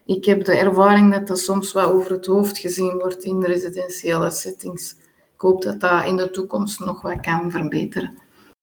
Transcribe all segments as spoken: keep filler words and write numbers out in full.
ik heb de ervaring dat dat soms wat over het hoofd gezien wordt in de residentiële settings. Ik hoop dat dat in de toekomst nog wat kan verbeteren.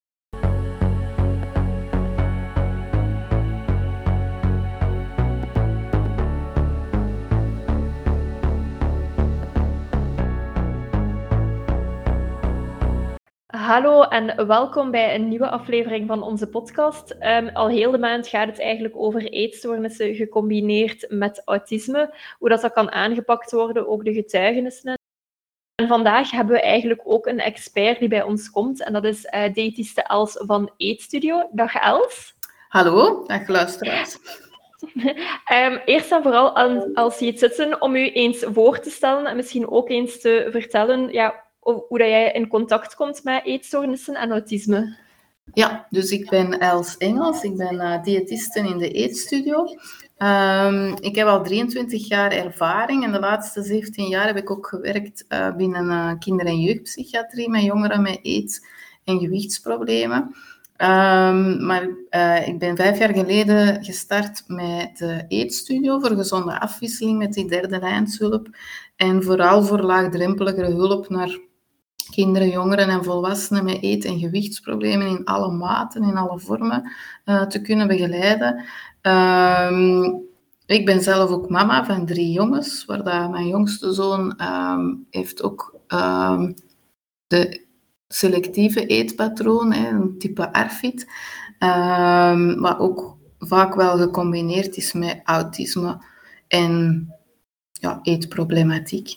Hallo en welkom bij een nieuwe aflevering van onze podcast. Um, al heel de maand gaat het eigenlijk over eetstoornissen gecombineerd met autisme. Hoe dat, dat kan aangepakt worden, ook de getuigenissen. En vandaag hebben we eigenlijk ook een expert die bij ons komt. En dat is uh, diëtiste Els van Eetstudio. Dag Els. Hallo, dag luisteraars. um, eerst en vooral, als je het zitten, om u eens voor te stellen en misschien ook eens te vertellen... Ja, hoe dat jij in contact komt met eetstoornissen en autisme. Ja, dus ik ben Els Engels. Ik ben uh, diëtiste in de Eetstudio. Um, ik heb al drieëntwintig jaar ervaring en de laatste zeventien jaar heb ik ook gewerkt uh, binnen uh, kinder- en jeugdpsychiatrie met jongeren met eet- en gewichtsproblemen. Um, maar uh, ik ben vijf jaar geleden gestart met de Eetstudio voor gezonde afwisseling met die derde lijnshulp. En vooral voor laagdrempeligere hulp naar kinderen, jongeren en volwassenen met eet- en gewichtsproblemen in alle maten, in alle vormen, uh, te kunnen begeleiden. Um, ik ben zelf ook mama van drie jongens, waar dat mijn jongste zoon um, heeft ook um, de selectieve eetpatroon, hè, een type A R F I D, um, wat ook vaak wel gecombineerd is met autisme en ja, eetproblematiek.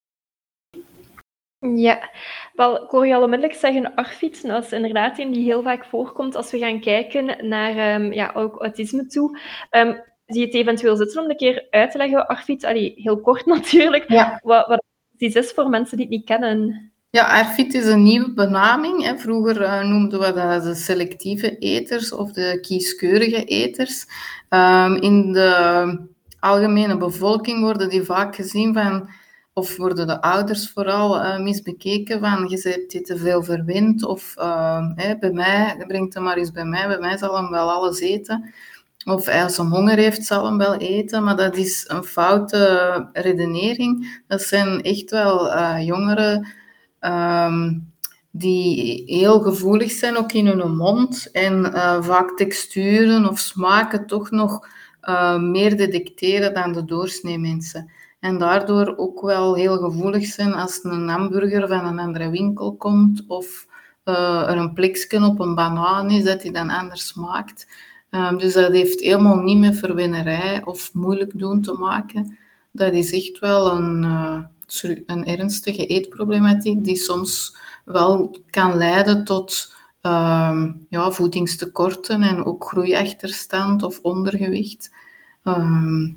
Ja, wel, ik hoor je al onmiddellijk zeggen A R F I D. Dat is inderdaad een die heel vaak voorkomt als we gaan kijken naar um, ja, ook autisme toe. Um, zie je het eventueel zitten om een keer uit te leggen, A R F I D? Allee, heel kort natuurlijk. Ja. Wat, wat het is voor mensen die het niet kennen. Ja, A R F I D is een nieuwe benaming. Hè. Vroeger uh, noemden we dat de selectieve eters of de kieskeurige eters. Um, in de algemene bevolking worden die vaak gezien van... Of worden de ouders vooral uh, misbekeken van je hebt dit te veel verwend of uh, hey, bij mij, breng hem maar eens bij mij, bij mij zal hem wel alles eten. Of als hij honger heeft, zal hem wel eten, maar dat is een foute redenering. Dat zijn echt wel uh, jongeren um, die heel gevoelig zijn, ook in hun mond, en uh, vaak texturen of smaken toch nog uh, meer detecteren dan de doorsnee mensen. En daardoor ook wel heel gevoelig zijn als een hamburger van een andere winkel komt of uh, er een plekje op een banaan is dat die dan anders smaakt. Um, dus dat heeft helemaal niet met verwennerij of moeilijk doen te maken. Dat is echt wel een, uh, een ernstige eetproblematiek die soms wel kan leiden tot um, ja, voedingstekorten en ook groeiachterstand of ondergewicht. Um,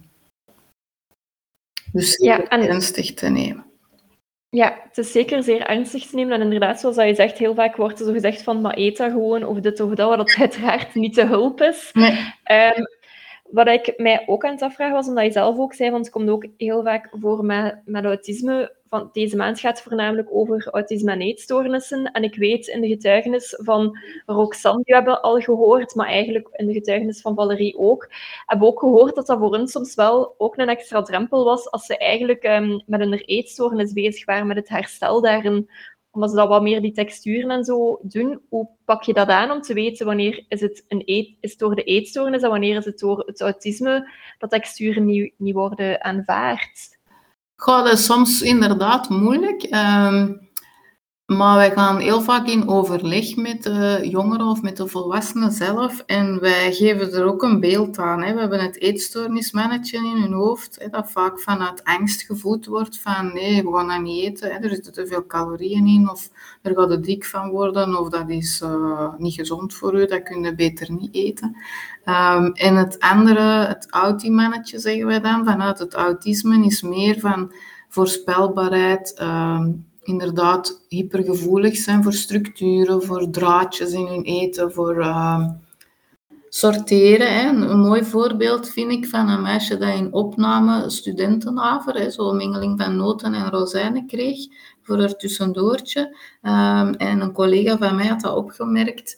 Dus zeker ja, en... ernstig te nemen. Ja, het is zeker zeer ernstig te nemen. En inderdaad, zoals je zegt, heel vaak wordt er zo gezegd van, maar eet dat gewoon, of dit of dat, wat dat uiteraard niet te hulp is. Nee. Um, wat ik mij ook aan het afvragen was, omdat je zelf ook zei, want het komt ook heel vaak voor met, met autisme. Van, deze maand gaat het voornamelijk over autisme en eetstoornissen. En ik weet in de getuigenis van Roxanne, die we hebben al gehoord, maar eigenlijk in de getuigenis van Valerie ook, hebben we ook gehoord dat dat voor hen soms wel ook een extra drempel was als ze eigenlijk um, met een eetstoornis bezig waren, met het herstel daarin. Omdat ze dat wat meer die texturen en zo doen. Hoe pak je dat aan om te weten wanneer is het, een eet, is het door de eetstoornis en wanneer is het door het autisme dat texturen niet, niet worden aanvaard? Goh, dat is soms inderdaad moeilijk. Um, maar wij gaan heel vaak in overleg met de jongeren of met de volwassenen zelf. En wij geven er ook een beeld aan. Hè. We hebben het eetstoornismanagen in hun hoofd, hè, dat vaak vanuit angst gevoed wordt van nee, we gaan dat niet eten. Hè. Er zitten te veel calorieën in of er gaat er dik van worden of dat is uh, niet gezond voor u, dat kun je beter niet eten. Um, en het andere, het autimanagen zeggen wij dan, vanuit het autisme is meer van voorspelbaarheid, um, inderdaad hypergevoelig zijn voor structuren, voor draadjes in hun eten, voor uh, sorteren. Hè. Een, een mooi voorbeeld vind ik van een meisje dat in opname studentenhaver, zo'n mengeling van noten en rozijnen kreeg, voor haar tussendoortje. Um, en een collega van mij had dat opgemerkt.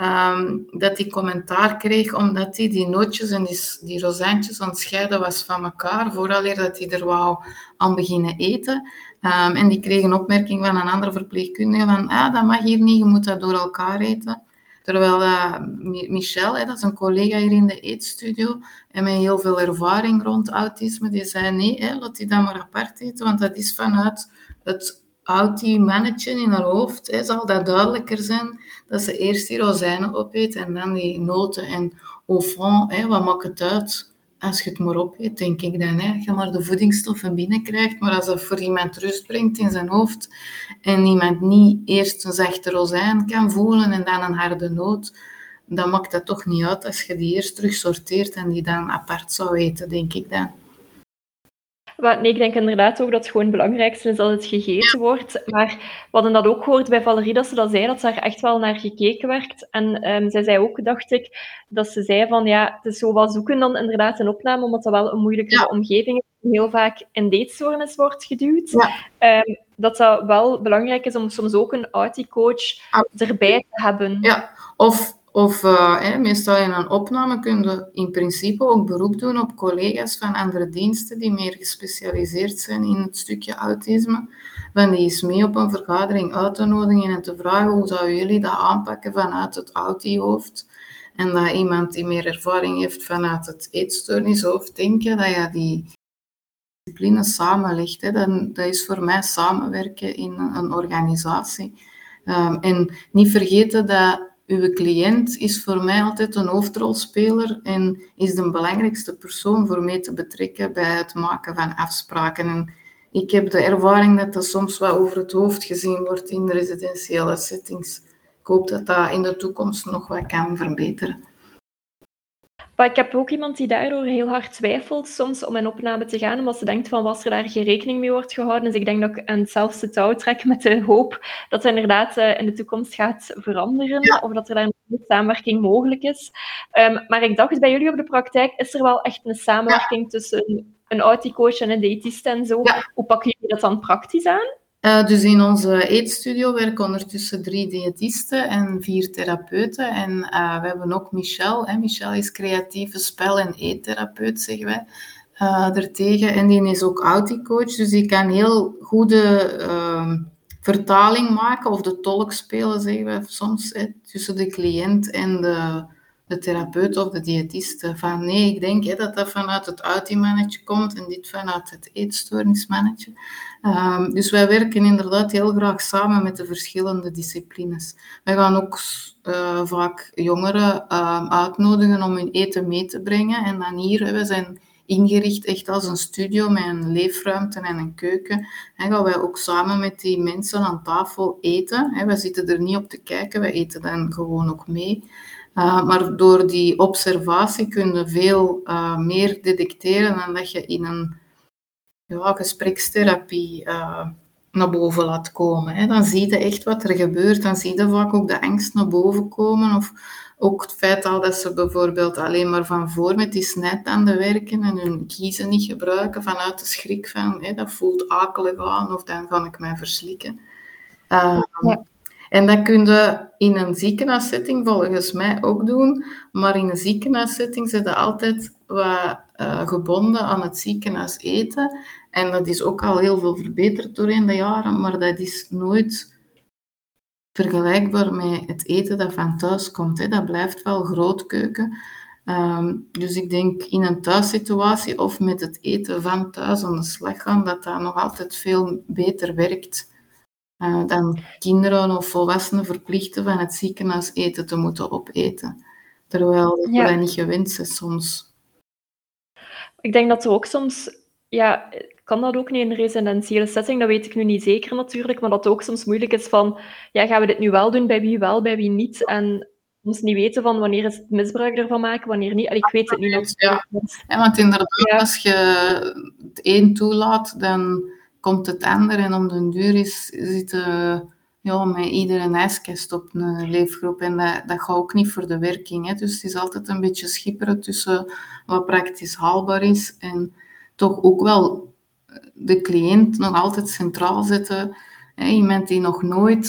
um, dat hij commentaar kreeg omdat hij die nootjes en die, die rozijntjes aan het scheiden was van elkaar, vooraleer dat hij er wou aan beginnen eten. Um, en die kreeg een opmerking van een andere verpleegkundige van, ah, dat mag hier niet, je moet dat door elkaar eten. Terwijl uh, Michel, hè, dat is een collega hier in de eetstudio, en met heel veel ervaring rond autisme, die zei, nee, hè, laat die dat maar apart eten, want dat is vanuit het auti-managen in haar hoofd, hè, zal dat duidelijker zijn, dat ze eerst die rozijnen opeet en dan die noten. En au fond, hè, wat maakt het uit? Als je het maar opeet, denk ik dan. Hè. Je maar de voedingsstoffen binnenkrijgt, maar als dat voor iemand rust brengt in zijn hoofd en iemand niet eerst een zachte rozijn kan voelen en dan een harde noot, dan maakt dat toch niet uit als je die eerst terug sorteert en die dan apart zou eten, denk ik dan. Nee, ik denk inderdaad ook dat het gewoon het belangrijkste is dat het gegeten wordt. Maar we hadden dat ook gehoord bij Valerie, dat ze dat zei, dat ze daar echt wel naar gekeken werd. En um, zij zei ook, dacht ik, dat ze zei van, ja, het is zo wat zoeken dan inderdaad een opname, omdat dat wel een moeilijkere ja. omgeving is, die heel vaak in datestoornis wordt geduwd. Ja. Um, dat dat wel belangrijk is om soms ook een auti-coach erbij te hebben. Ja, of... Of uh, hè, meestal in een opname kun je in principe ook beroep doen op collega's van andere diensten die meer gespecialiseerd zijn in het stukje autisme. Van die eens mee op een vergadering uit te nodigen en te vragen hoe zouden jullie dat aanpakken vanuit het auti-hoofd. En dat iemand die meer ervaring heeft vanuit het eetstoornishoofd denken, dat je die discipline samenlegt. Hè. Dat, dat is voor mij samenwerken in een organisatie. Um, en niet vergeten dat uw cliënt is voor mij altijd een hoofdrolspeler en is de belangrijkste persoon voor mij te betrekken bij het maken van afspraken. En ik heb de ervaring dat dat soms wat over het hoofd gezien wordt in de residentiële settings. Ik hoop dat dat in de toekomst nog wat kan verbeteren. Maar ik heb ook iemand die daardoor heel hard twijfelt soms om in opname te gaan, omdat ze denkt van was er daar geen rekening mee wordt gehouden. Dus ik denk dat ik aan hetzelfde touw trek met de hoop dat het inderdaad uh, in de toekomst gaat veranderen, ja. Of dat er daar een samenwerking mogelijk is. Um, maar ik dacht, bij jullie op de praktijk is er wel echt een samenwerking ja. tussen een auti-coach en een diëtiste en zo. Ja. Hoe pakken jullie dat dan praktisch aan? Uh, dus in onze eetstudio werken ondertussen drie diëtisten en vier therapeuten. En uh, we hebben ook Michel. Hè. Michel is creatieve spel- en eettherapeut, zeggen wij, uh, ertegen. En die is ook auti-coach, dus die kan heel goede uh, vertaling maken, of de tolk spelen, zeggen wij soms, hè, tussen de cliënt en de, de therapeut of de diëtiste. Van nee, ik denk hè, dat dat vanuit het auti-managen komt en dit vanuit het eetstoornismanagen. Um, dus wij werken inderdaad heel graag samen met de verschillende disciplines. Wij gaan ook uh, vaak jongeren uh, uitnodigen om hun eten mee te brengen. En dan hier, we zijn ingericht echt als een studio met een leefruimte en een keuken. En gaan wij ook samen met die mensen aan tafel eten. Wij zitten er niet op te kijken, wij eten dan gewoon ook mee. Uh, maar door die observatie kun je veel uh, meer detecteren dan dat je in een ja, gesprekstherapie uh, naar boven laat komen. Hè. Dan zie je echt wat er gebeurt. Dan zie je vaak ook de angst naar boven komen. Of ook het feit al dat ze bijvoorbeeld alleen maar van voor met die snijtanden werken en hun kiezen niet gebruiken vanuit de schrik van hè, dat voelt akelig aan of dan ga ik mij verslikken. Uh, ja. En dat kun je in een ziekenhuissetting volgens mij ook doen, maar in een ziekenhuissetting zit je altijd wat uh, gebonden aan het ziekenhuis eten. En dat is ook al heel veel verbeterd doorheen de jaren, maar dat is nooit vergelijkbaar met het eten dat van thuis komt. Hè. Dat blijft wel grootkeuken. Um, dus ik denk in een thuissituatie of met het eten van thuis aan de slag gaan, dat dat nog altijd veel beter werkt. Uh, dan kinderen of volwassenen verplichten van het ziekenhuis eten te moeten opeten. Terwijl ja. dat niet gewend is soms. Ik denk dat er ook soms... Ja, kan dat ook niet in een residentiële setting? Dat weet ik nu niet zeker natuurlijk, maar dat het ook soms moeilijk is van... Ja, gaan we dit nu wel doen? Bij wie wel, bij wie niet? En soms niet weten van wanneer is het misbruik ervan maken, wanneer niet. En ik weet het niet natuurlijk. Ja. Ja, want inderdaad, ja. als je het een toelaat, dan... komt het ander en om den duur is, zit uh, ja, met iedereen ijskast op een leefgroep en dat, dat gaat ook niet voor de werking. Hè. Dus het is altijd een beetje schipperen tussen wat praktisch haalbaar is en toch ook wel de cliënt nog altijd centraal zetten. Hè. Iemand die nog nooit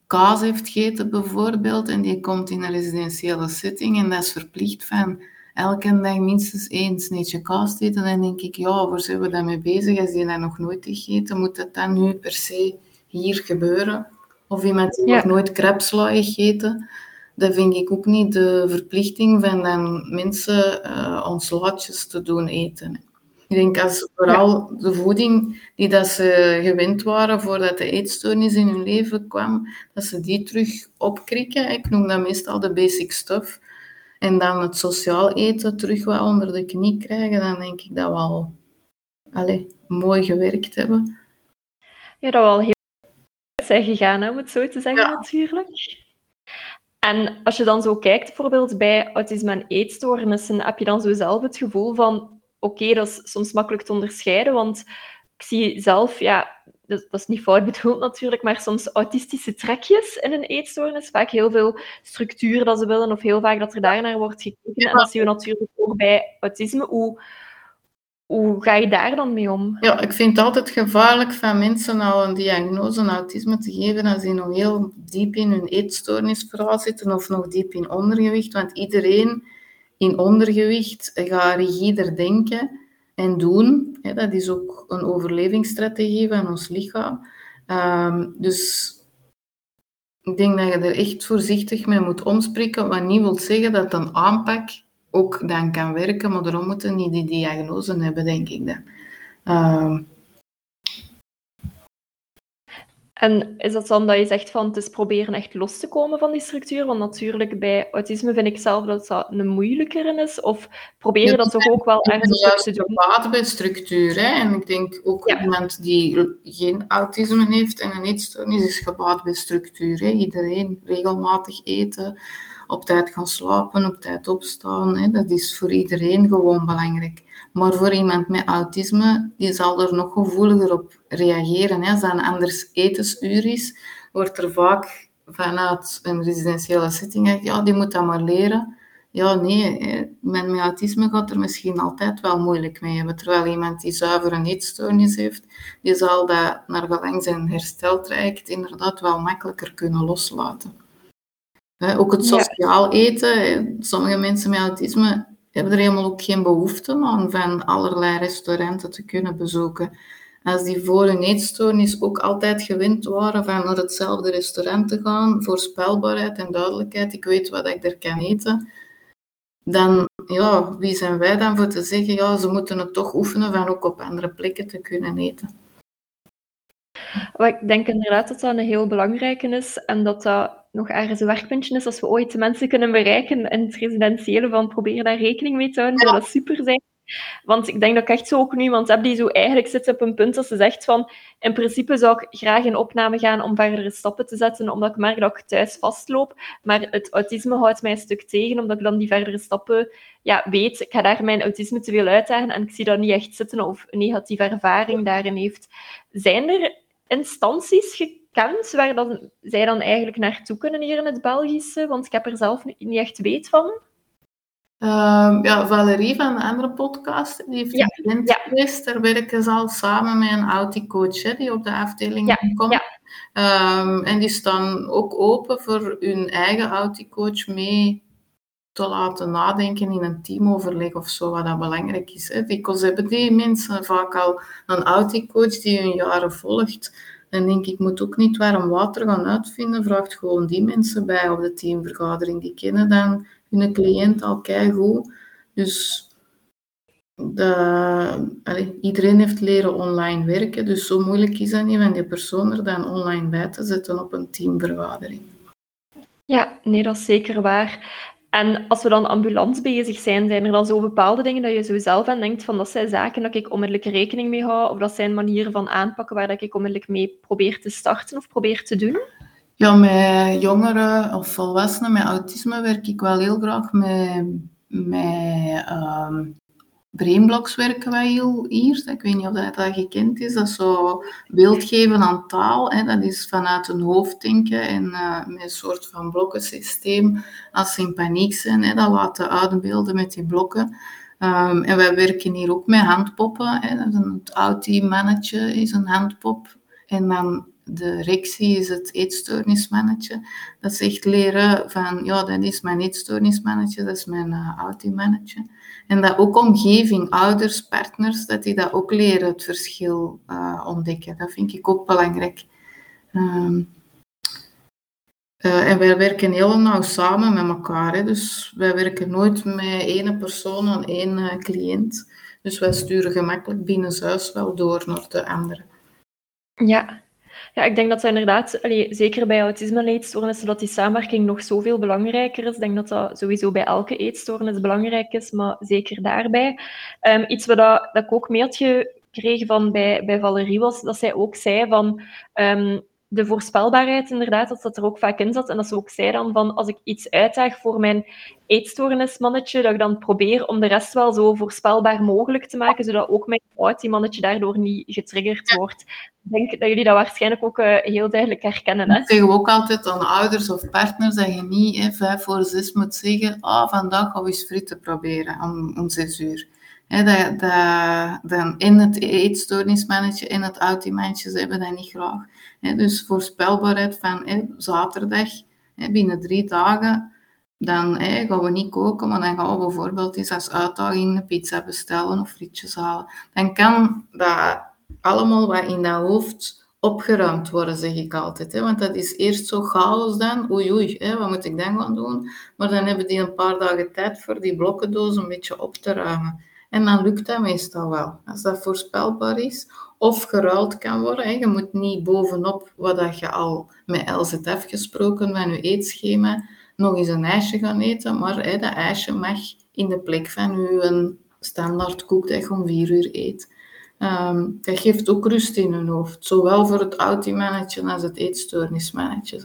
kaas heeft gegeten bijvoorbeeld en die komt in een residentiële setting en dat is verplicht van elke dag minstens één sneetje kaas te eten, dan denk ik, ja, waar zijn we dan mee bezig? Als die dat nog nooit heeft gegeten, moet dat dan nu per se hier gebeuren? Of iemand die Ja. nog nooit crepesla heeft gegeten, dat vind ik ook niet de verplichting van dan mensen uh, ons laatjes te doen eten. Ik denk als vooral de voeding die dat ze gewend waren voordat de eetstoornis in hun leven kwam, dat ze die terug opkrikken. Ik noem dat meestal de basic stuff. En dan het sociaal eten terug wat onder de knie krijgen, dan denk ik dat we al allez, mooi gewerkt hebben. Ja, dat we al heel goed zijn gegaan, hè, om het zo te zeggen, ja. Natuurlijk. En als je dan zo kijkt, bijvoorbeeld bij autisme en eetstoornissen, heb je dan zo zelf het gevoel van, oké, okay, dat is soms makkelijk te onderscheiden, want ik zie zelf, ja, dat, dat is niet fout bedoeld natuurlijk, maar soms autistische trekjes in een eetstoornis. Vaak heel veel structuur dat ze willen, of heel vaak dat er daarnaar wordt gekeken. Ja. En dat zie je natuurlijk ook bij autisme. Hoe, hoe ga je daar dan mee om? Ja, ik vind het altijd gevaarlijk van mensen al een diagnose autisme te geven als die nog heel diep in hun eetstoornisverhaal zitten of nog diep in ondergewicht. Want iedereen in ondergewicht gaat rigider denken en doen. Ja, dat is ook een overlevingsstrategie van ons lichaam. Um, dus ik denk dat je er echt voorzichtig mee moet omspreken, wat niet wil zeggen dat een aanpak ook dan kan werken, maar daarom moeten we niet die diagnose hebben, denk ik dan. Um, En is dat dan dat je zegt van het is proberen echt los te komen van die structuur? Want natuurlijk bij autisme vind ik zelf dat dat een moeilijkere is. Of probeer je dat toch ook wel ergens juist te doen? gebaat bij structuur. Hè? En ik denk ook ja. iemand die geen autisme heeft en een eetstoornis is gebaat bij structuur. Hè? Iedereen regelmatig eten, op tijd gaan slapen, op tijd opstaan. Hè? Dat is voor iedereen gewoon belangrijk. Maar voor iemand met autisme, die zal er nog gevoeliger op reageren. Hè. Als dat een anders etensuur is, wordt er vaak vanuit een residentiële setting gezegd, ja, die moet dat maar leren. Ja, nee, iemand met autisme gaat er misschien altijd wel moeilijk mee hebben. Terwijl iemand die zuiver een eetstoornis heeft, die zal dat naar gelang zijn herstel traject inderdaad wel makkelijker kunnen loslaten. Hè, ook het sociaal eten. Hè. Sommige mensen met autisme hebben er helemaal ook geen behoefte aan van allerlei restauranten te kunnen bezoeken. Als die voor hun eetstoornis ook altijd gewend waren van naar hetzelfde restaurant te gaan, voorspelbaarheid en duidelijkheid, ik weet wat ik er kan eten, dan, ja, wie zijn wij dan voor te zeggen, ja, ze moeten het toch oefenen van ook op andere plekken te kunnen eten. Ik denk inderdaad dat dat een heel belangrijke is en dat dat nog ergens een werkpuntje is als we ooit de mensen kunnen bereiken in het residentiële van proberen daar rekening mee te houden, zou dat super zijn. Want ik denk dat ik echt zo ook nu iemand heb die zo eigenlijk zit op een punt dat ze zegt van in principe zou ik graag in opname gaan om verdere stappen te zetten, omdat ik merk dat ik thuis vastloop. Maar het autisme houdt mij een stuk tegen, omdat ik dan die verdere stappen ja, weet. Ik ga daar mijn autisme te veel uitdagen en ik zie dat niet echt zitten of een negatieve ervaring daarin heeft. Zijn er instanties gekend waar dan, zij dan eigenlijk naartoe kunnen hier in het Belgische? Want ik heb er zelf niet echt weet van. Uh, ja, Valerie van de andere podcast, die heeft een cliënt ja. geweest. Daar werken ze al samen met een auticoach hè, die op de afdeling ja. komt. Ja. Um, en die staan ook open voor hun eigen auticoach mee te laten nadenken in een teamoverleg of zo, wat dat belangrijk is. Hè. Dikwijls hebben die mensen vaak al een auticoach die hun jaren volgt. En denk ik, moet ook niet warm water gaan uitvinden. Vraagt gewoon die mensen bij op de teamvergadering. Die kennen dan hun cliënt al keigoed. Dus de, allez, iedereen heeft leren online werken. Dus zo moeilijk is dat niet van die persoon er dan online bij te zetten op een teamvergadering. Ja, nee, dat is zeker waar. En als we dan ambulant bezig zijn, zijn er dan zo bepaalde dingen dat je zo zelf aan denkt van dat zijn zaken dat ik onmiddellijk rekening mee hou of dat zijn manieren van aanpakken waar dat ik onmiddellijk mee probeer te starten of probeer te doen? Ja, met jongeren of volwassenen met autisme werk ik wel heel graag met, met um, brainblocks werken wij heel hier. Ik weet niet of dat, dat gekend is. Dat is zo beeld geven aan taal. Hè. Dat is vanuit hun hoofd denken en uh, met een soort van blokkensysteem. Als ze in paniek zijn, hè, dat laten uitbeelden met die blokken. Um, en wij werken hier ook met handpoppen. Hè. Dat is een Auti-mannetje is een handpop. En dan directie is het eetstoornismanager. Dat is echt leren van, ja, dat is mijn eetstoornismanager, dat is mijn uh, autimanager. En dat ook omgeving, ouders, partners, dat die dat ook leren, het verschil uh, ontdekken. Dat vind ik ook belangrijk. Um, uh, en wij werken heel nauw samen met elkaar. Hè. Dus wij werken nooit met één persoon en één uh, cliënt. Dus wij sturen gemakkelijk binnenshuis wel door naar de andere. Ja. Ja, ik denk dat dat inderdaad, allee, zeker bij autisme en eetstoornissen, dat die samenwerking nog zoveel belangrijker is. Ik denk dat dat sowieso bij elke eetstoornis belangrijk is, maar zeker daarbij. Um, iets wat dat, dat ik ook mee had gekregen van bij, bij Valerie was, dat zij ook zei van um, de voorspelbaarheid inderdaad, dat dat er ook vaak in zat. En dat ze ook zei dan van, als ik iets uitdaag voor mijn eetstoornismannetje, dat ik dan probeer om de rest wel zo voorspelbaar mogelijk te maken, zodat ook mijn autimannetje daardoor niet getriggerd wordt. Ik denk dat jullie dat waarschijnlijk ook uh, heel duidelijk herkennen. Hè? Dat zeggen we ook altijd aan ouders of partners, dat je niet hè, vijf voor zes moet zeggen, oh, vandaag gaan we eens frieten proberen om, om zes uur. Hè, dat, dat, dan in het eetstoornismanager, in het autimanager, ze hebben dat niet graag. Hè, dus voorspelbaarheid van hè, zaterdag, hè, binnen drie dagen, dan hè, gaan we niet koken, maar dan gaan we bijvoorbeeld eens als uitdaging een pizza bestellen of frietjes halen. Dan kan dat allemaal wat in dat hoofd opgeruimd worden, zeg ik altijd. Hè? Want dat is eerst zo chaos dan. Oei, oei, hè? Wat moet ik dan gaan doen? Maar dan hebben die een paar dagen tijd voor die blokkendoos een beetje op te ruimen. En dan lukt dat meestal wel. Als dat voorspelbaar is. Of geruild kan worden. Hè? Je moet niet bovenop wat je al met Els hebt afgesproken van je eetschema nog eens een ijsje gaan eten. Maar hè, dat ijsje mag in de plek van je standaard koek dat je om vier uur eet. Um, dat geeft ook rust in hun hoofd. Zowel voor het autimanager als het eetstoornismanager.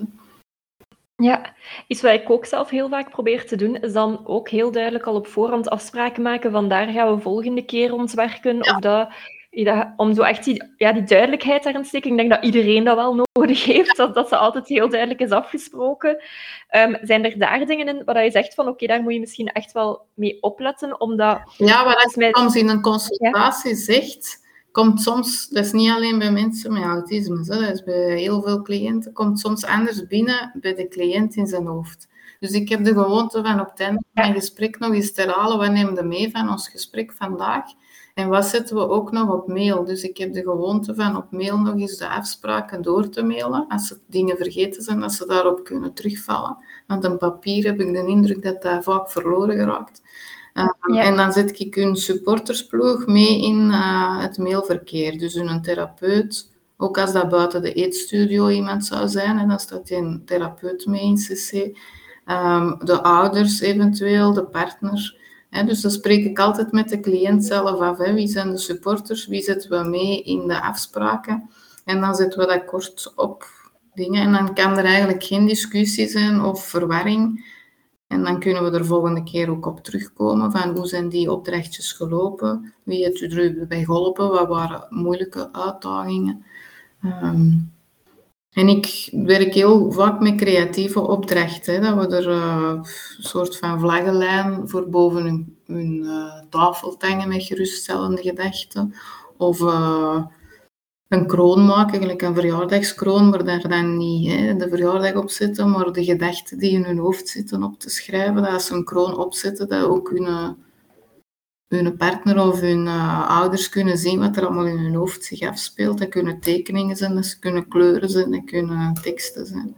Ja, iets wat ik ook zelf heel vaak probeer te doen, is dan ook heel duidelijk al op voorhand afspraken maken van daar gaan we volgende keer rond werken. Ja. Of dat, dat, om zo echt die, ja, die duidelijkheid daarin te steken. Ik denk dat iedereen dat wel nodig heeft, dat, dat ze altijd heel duidelijk is afgesproken. Um, zijn er daar dingen in waar je zegt van oké, okay, daar moet je misschien echt wel mee opletten, omdat... Ja, wat je soms in een consultatie ja. zegt, komt soms, dat is niet alleen bij mensen met autisme, hè, dat is bij heel veel cliënten, komt soms anders binnen bij de cliënt in zijn hoofd. Dus ik heb de gewoonte van op het einde van mijn gesprek nog eens te herhalen, wat nemen we mee van ons gesprek vandaag? En wat zetten we ook nog op mail? Dus ik heb de gewoonte van op mail nog eens de afspraken door te mailen. Als ze dingen vergeten zijn, dat ze daarop kunnen terugvallen. Want een papier heb ik de indruk dat dat vaak verloren geraakt. Uh, ja. En dan zet ik hun supportersploeg mee in uh, het mailverkeer. Dus hun therapeut, ook als dat buiten de eetstudio iemand zou zijn, en dan staat een therapeut mee in C C. Um, de ouders eventueel, de partner. Hè, dus dan spreek ik altijd met de cliënt zelf af. Hè. Wie zijn de supporters? Wie zetten we mee in de afspraken? En dan zetten we dat kort op dingen. En dan kan er eigenlijk geen discussie zijn of verwarring. En dan kunnen we er volgende keer ook op terugkomen van hoe zijn die opdrachtjes gelopen? Wie heeft u erbij geholpen? Wat waren moeilijke uitdagingen? Um, en ik werk heel vaak met creatieve opdrachten. Hè, dat we er uh, een soort van vlaggenlijn voor boven hun, hun uh, tafel hangen met geruststellende gedachten. Of uh, een kroon maken, gelijk een verjaardagskroon, waar daar dan niet hè, de verjaardag op zitten, maar de gedachten die in hun hoofd zitten op te schrijven. Dat als ze een kroon opzetten, dat ook hun, hun partner of hun uh, ouders kunnen zien wat er allemaal in hun hoofd zich afspeelt. Dat kunnen tekeningen zijn, dat kunnen kleuren zijn, dat kunnen teksten zijn.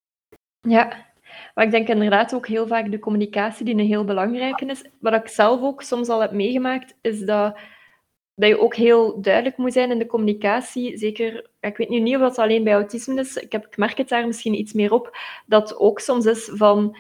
Ja, maar ik denk inderdaad ook heel vaak de communicatie die een heel belangrijke is. Wat ik zelf ook soms al heb meegemaakt, is dat... dat je ook heel duidelijk moet zijn in de communicatie. Zeker, ik weet nu niet of dat alleen bij autisme is, ik, heb, ik merk het daar misschien iets meer op, dat ook soms is van...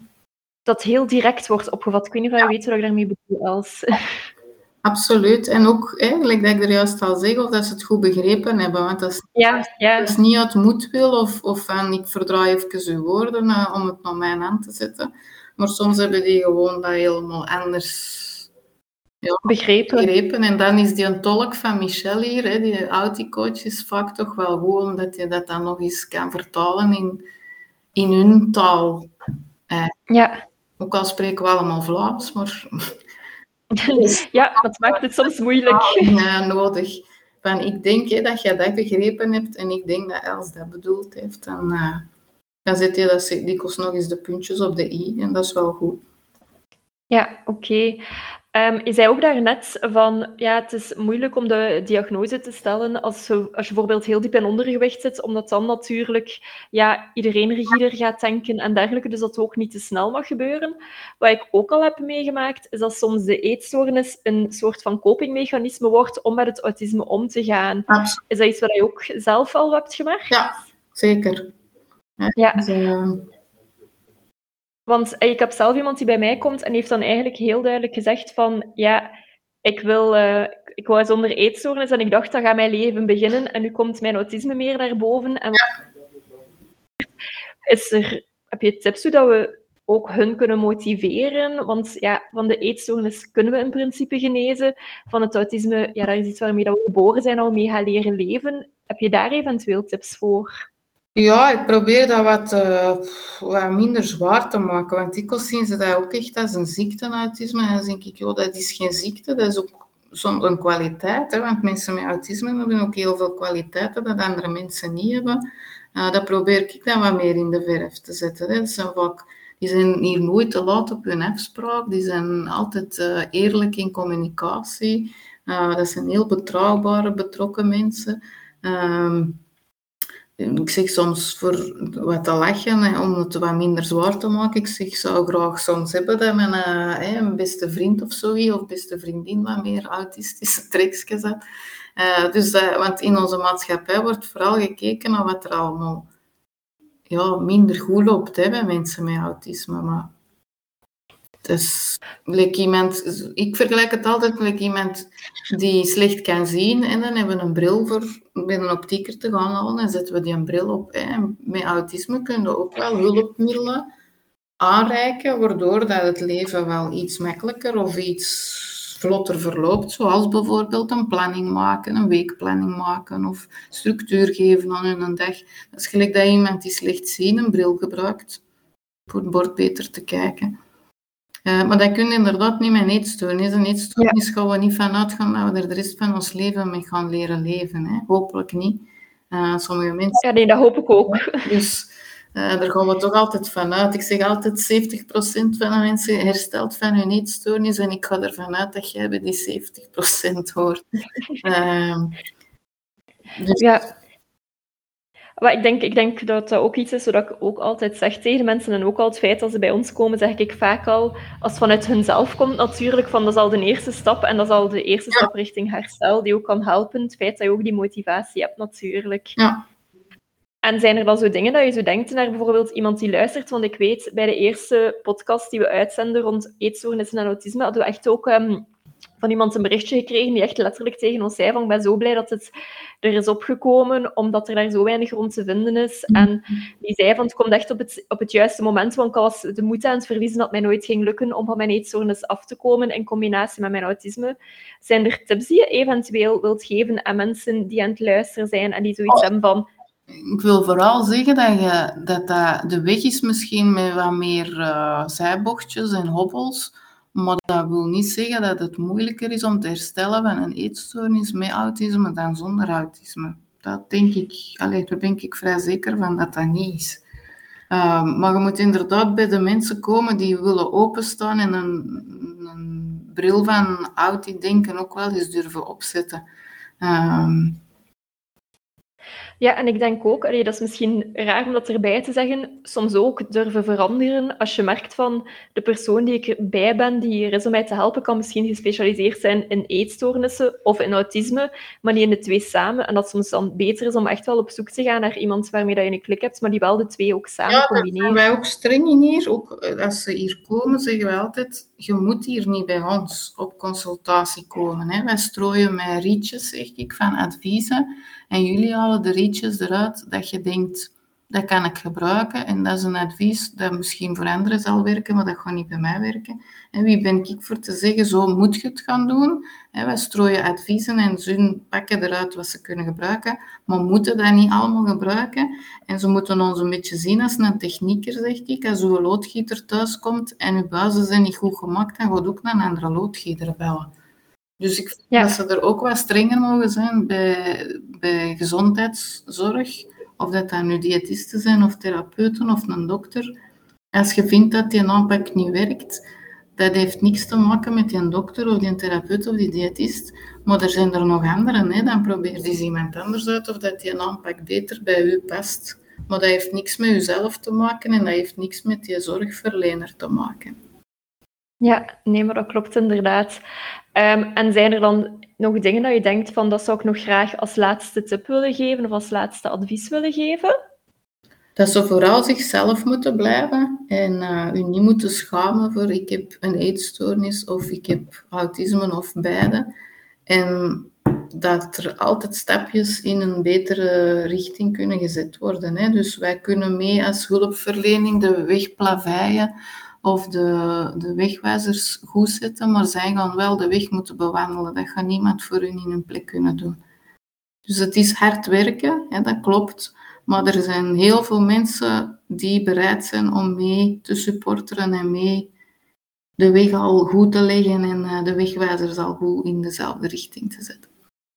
dat heel direct wordt opgevat. Ik weet niet of je weet wat ik daarmee bedoel, Els. Absoluut. En ook eigenlijk dat ik er juist al zeg, of dat ze het goed begrepen hebben. Want dat is, ja, ja. dat is niet uit moedwil of, of van ik verdraai even uw woorden uh, om het naar mijn hand te zetten. Maar soms hebben die gewoon dat helemaal anders... Ja, begrepen. begrepen. En dan is die een tolk van Michel hier, hè, die auticoach, is vaak toch wel goed, omdat je dat dan nog eens kan vertalen in, in hun taal. Eh, ja. Ook al spreken we allemaal Vlaams, maar... ja, dat maakt het soms moeilijk. Ja, nodig. van ik denk hè, dat jij dat begrepen hebt en ik denk dat Els dat bedoeld heeft. En, uh, dan zet je dat dikwijls nog eens de puntjes op de i en dat is wel goed. Ja, oké. Okay. Um, je zei ook daarnet van, ja, het is moeilijk om de diagnose te stellen als je, als je bijvoorbeeld heel diep in ondergewicht zit, omdat dan natuurlijk ja, iedereen rigider gaat denken en dergelijke, dus dat ook niet te snel mag gebeuren. Wat ik ook al heb meegemaakt, is dat soms de eetstoornis een soort van copingmechanisme wordt om met het autisme om te gaan. Absoluut. Is dat iets wat je ook zelf al hebt gemerkt? Ja, zeker. Ja. Ja. Dus, uh... Want ik heb zelf iemand die bij mij komt en heeft dan eigenlijk heel duidelijk gezegd van, ja, ik wil, uh, ik wou zonder eetstoornis en ik dacht, dat gaat mijn leven beginnen en nu komt mijn autisme meer naar boven. En ja. is er, heb je tips hoe dat we ook hun kunnen motiveren? Want ja, van de eetstoornis kunnen we in principe genezen. Van het autisme, ja, dat is iets waarmee dat we geboren zijn, al mee gaan leren leven. Heb je daar eventueel tips voor? Ja, ik probeer dat wat, uh, wat minder zwaar te maken, want dikwijls zien ze dat ook echt als een ziekte, autisme. En dan denk ik, joh, dat is geen ziekte, dat is ook soms een kwaliteit, hè, want mensen met autisme hebben ook heel veel kwaliteiten dat andere mensen niet hebben. Uh, dat probeer ik dan wat meer in de verf te zetten. Hè. Dat zijn vaak, die zijn hier nooit te laat op hun afspraak, die zijn altijd uh, eerlijk in communicatie. Uh, dat zijn heel betrouwbare, betrokken mensen. Uh, Ik zeg soms voor wat te lachen, hè, om het wat minder zwaar te maken. Ik zeg, zou graag soms hebben dat mijn uh, een beste vriend of zo, of beste vriendin wat meer autistische trekjes had. Uh, dus, uh, want in onze maatschappij wordt vooral gekeken naar wat er allemaal ja, minder goed loopt hè, bij mensen met autisme. Maar dus, like iemand, ik vergelijk het altijd met iemand die slecht kan zien en dan hebben we een bril voor bij een optieker te gaan halen en zetten we die een bril op. Hè. Met autisme kunnen we ook wel hulpmiddelen aanreiken, waardoor dat het leven wel iets makkelijker of iets vlotter verloopt, zoals bijvoorbeeld een planning maken, een weekplanning maken of structuur geven aan hun dag. Dat is gelijk dat iemand die slecht ziet een bril gebruikt voor het bord beter te kijken. Uh, maar dat kun je inderdaad niet met een eetstoornis. Een eetstoornis ja. gaan we niet vanuit gaan dat we er de rest van ons leven mee gaan leren leven. Hè. Hopelijk niet. Uh, sommige mensen... Ja, nee, dat hoop ik ook. Dus uh, daar gaan we toch altijd vanuit. Ik zeg altijd zeventig procent van de mensen herstelt van hun eetstoornis en ik ga ervan uit dat jij bij die zeventig procent hoort. Uh, dus... Ja. Maar ik denk, ik denk dat dat ook iets is wat ik ook altijd zeg tegen mensen en ook al het feit dat ze bij ons komen, zeg ik vaak al, als het vanuit hunzelf komt natuurlijk, van dat is al de eerste stap en dat is al de eerste ja. stap richting herstel die ook kan helpen. Het feit dat je ook die motivatie hebt natuurlijk. Ja. En zijn er dan zo dingen dat je zo denkt naar bijvoorbeeld iemand die luistert? Want ik weet, bij de eerste podcast die we uitzenden rond eetstoornissen en autisme, hadden we echt ook um, van iemand een berichtje gekregen die echt letterlijk tegen ons zei van ik ben zo blij dat het er is opgekomen, omdat er daar zo weinig rond te vinden is. En die zei van het komt echt op het, op het juiste moment, want ik was de moed aan het verliezen dat mij nooit ging lukken om van mijn eetstoornis af te komen in combinatie met mijn autisme. Zijn er tips die je eventueel wilt geven aan mensen die aan het luisteren zijn en die zoiets oh. hebben van... Ik wil vooral zeggen dat, je, dat, dat de weg is misschien met wat meer uh, zijbochtjes en hobbels, maar dat wil niet zeggen dat het moeilijker is om te herstellen van een eetstoornis met autisme dan zonder autisme. Dat denk ik, allee, daar ben ik vrij zeker van dat dat niet is. Uh, maar je moet inderdaad bij de mensen komen die willen openstaan en een, een bril van audi-denken ook wel eens durven opzetten. Uh, Ja, en ik denk ook, allee, dat is misschien raar om dat erbij te zeggen, soms ook durven veranderen. Als je merkt van de persoon die ik erbij ben, die er is om mij te helpen, kan misschien gespecialiseerd zijn in eetstoornissen of in autisme, maar niet in de twee samen. En dat soms dan beter is om echt wel op zoek te gaan naar iemand waarmee dat je een klik hebt, maar die wel de twee ook samen ja, combineren. Ja, daar zijn wij ook streng in hier. Ook als ze hier komen, zeggen wij altijd, je moet hier niet bij ons op consultatie komen. Hè. Wij strooien met rietjes, zeg ik, van adviezen. En jullie halen de rietjes eruit dat je denkt, dat kan ik gebruiken. En dat is een advies dat misschien voor anderen zal werken, maar dat gaat niet bij mij werken. En wie ben ik voor te zeggen, zo moet je het gaan doen. En wij strooien adviezen en ze pakken eruit wat ze kunnen gebruiken, maar moeten dat niet allemaal gebruiken. En ze moeten ons een beetje zien als een technieker, zeg ik. Als uw loodgieter thuis komt en uw buizen zijn niet goed gemaakt, dan gaat ook naar een andere loodgieter bellen. Dus ik vind Ja. dat ze er ook wat strenger mogen zijn bij, bij gezondheidszorg. Of dat dat nu diëtisten zijn of therapeuten of een dokter. Als je vindt dat die aanpak niet werkt, dat heeft niks te maken met die dokter of die therapeut of die diëtist. Maar er zijn er nog anderen. Hè. Dan probeer je eens iemand anders uit of dat die aanpak beter bij u past. Maar dat heeft niks met uzelf te maken en dat heeft niks met die zorgverlener te maken. Ja, nee, maar dat klopt inderdaad. Um, en zijn er dan nog dingen dat je denkt van dat zou ik nog graag als laatste tip willen geven of als laatste advies willen geven? Dat ze vooral zichzelf moeten blijven en uh, u niet moeten schamen voor ik heb een eetstoornis of ik heb autisme of beide. En dat er altijd stapjes in een betere richting kunnen gezet worden. Hè. Dus wij kunnen mee als hulpverlening de weg plaveien of de, de wegwijzers goed zetten, maar zij gaan wel de weg moeten bewandelen. Dat gaat niemand voor hun in hun plek kunnen doen. Dus het is hard werken, hè, dat klopt. Maar er zijn heel veel mensen die bereid zijn om mee te supporteren en mee de weg al goed te leggen en de wegwijzers al goed in dezelfde richting te zetten.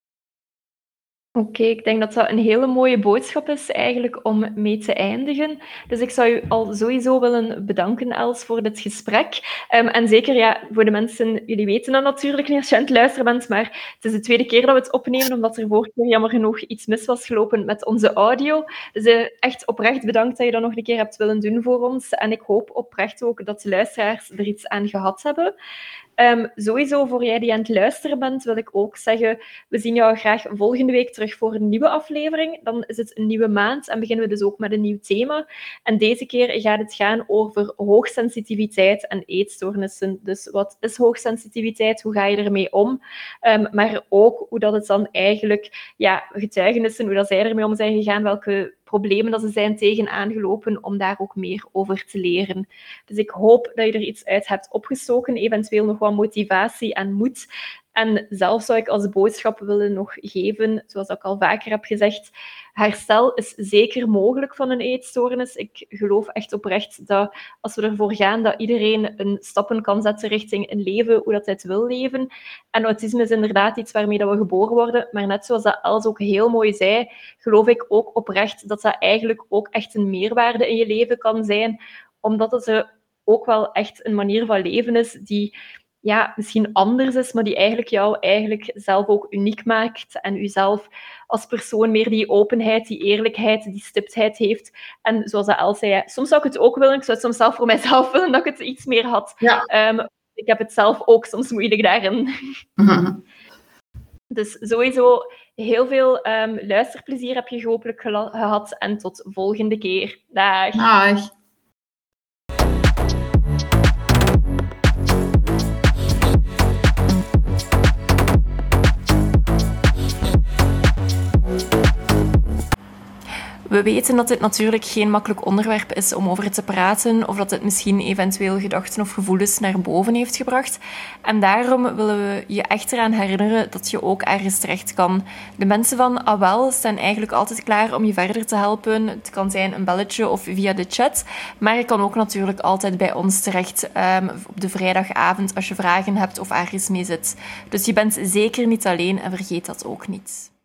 Oké, okay, ik denk dat dat een hele mooie boodschap is eigenlijk om mee te eindigen. Dus ik zou u al sowieso willen bedanken, Els, voor dit gesprek. Um, en zeker ja, voor de mensen, jullie weten dat natuurlijk niet als je aan het luisteren bent, maar het is de tweede keer dat we het opnemen, omdat er vorige keer jammer genoeg iets mis was gelopen met onze audio. Dus uh, echt oprecht bedankt dat je dat nog een keer hebt willen doen voor ons. En ik hoop oprecht ook dat de luisteraars er iets aan gehad hebben. Um, sowieso, voor jij die aan het luisteren bent, wil ik ook zeggen, we zien jou graag volgende week terug voor een nieuwe aflevering. Dan is het een nieuwe maand en beginnen we dus ook met een nieuw thema. En deze keer gaat het gaan over hoogsensitiviteit en eetstoornissen. Dus wat is hoogsensitiviteit? Hoe ga je ermee om? Um, maar ook hoe dat het dan eigenlijk, ja, getuigenissen, hoe dat zij ermee om zijn gegaan, welke problemen dat ze zijn tegen aangelopen, om daar ook meer over te leren. Dus ik hoop dat je er iets uit hebt opgestoken, eventueel nog wat motivatie en moed. En zelf zou ik als boodschap willen nog geven, zoals ik al vaker heb gezegd, herstel is zeker mogelijk van een eetstoornis. Ik geloof echt oprecht dat als we ervoor gaan, dat iedereen een stappen kan zetten richting een leven hoe dat hij het wil leven. En autisme is inderdaad iets waarmee dat we geboren worden, maar net zoals dat Els ook heel mooi zei, geloof ik ook oprecht dat dat eigenlijk ook echt een meerwaarde in je leven kan zijn, omdat het er ook wel echt een manier van leven is die ja, misschien anders is, maar die eigenlijk jou eigenlijk zelf ook uniek maakt en jezelf als persoon meer die openheid, die eerlijkheid, die stiptheid heeft. En zoals Els zei, soms zou ik het ook willen, ik zou het soms zelf voor mijzelf willen dat ik het iets meer had. Ja. Um, ik heb het zelf ook soms moeilijk daarin. Mm-hmm. Dus sowieso heel veel um, luisterplezier heb je hopelijk gehad en tot volgende keer. Dag! Dag! We weten dat dit natuurlijk geen makkelijk onderwerp is om over te praten, of dat het misschien eventueel gedachten of gevoelens naar boven heeft gebracht. En daarom willen we je echt eraan herinneren dat je ook ergens terecht kan. De mensen van AWEL staan eigenlijk altijd klaar om je verder te helpen. Het kan zijn een belletje of via de chat, maar je kan ook natuurlijk altijd bij ons terecht um, op de vrijdagavond als je vragen hebt of ergens mee zit. Dus je bent zeker niet alleen en vergeet dat ook niet.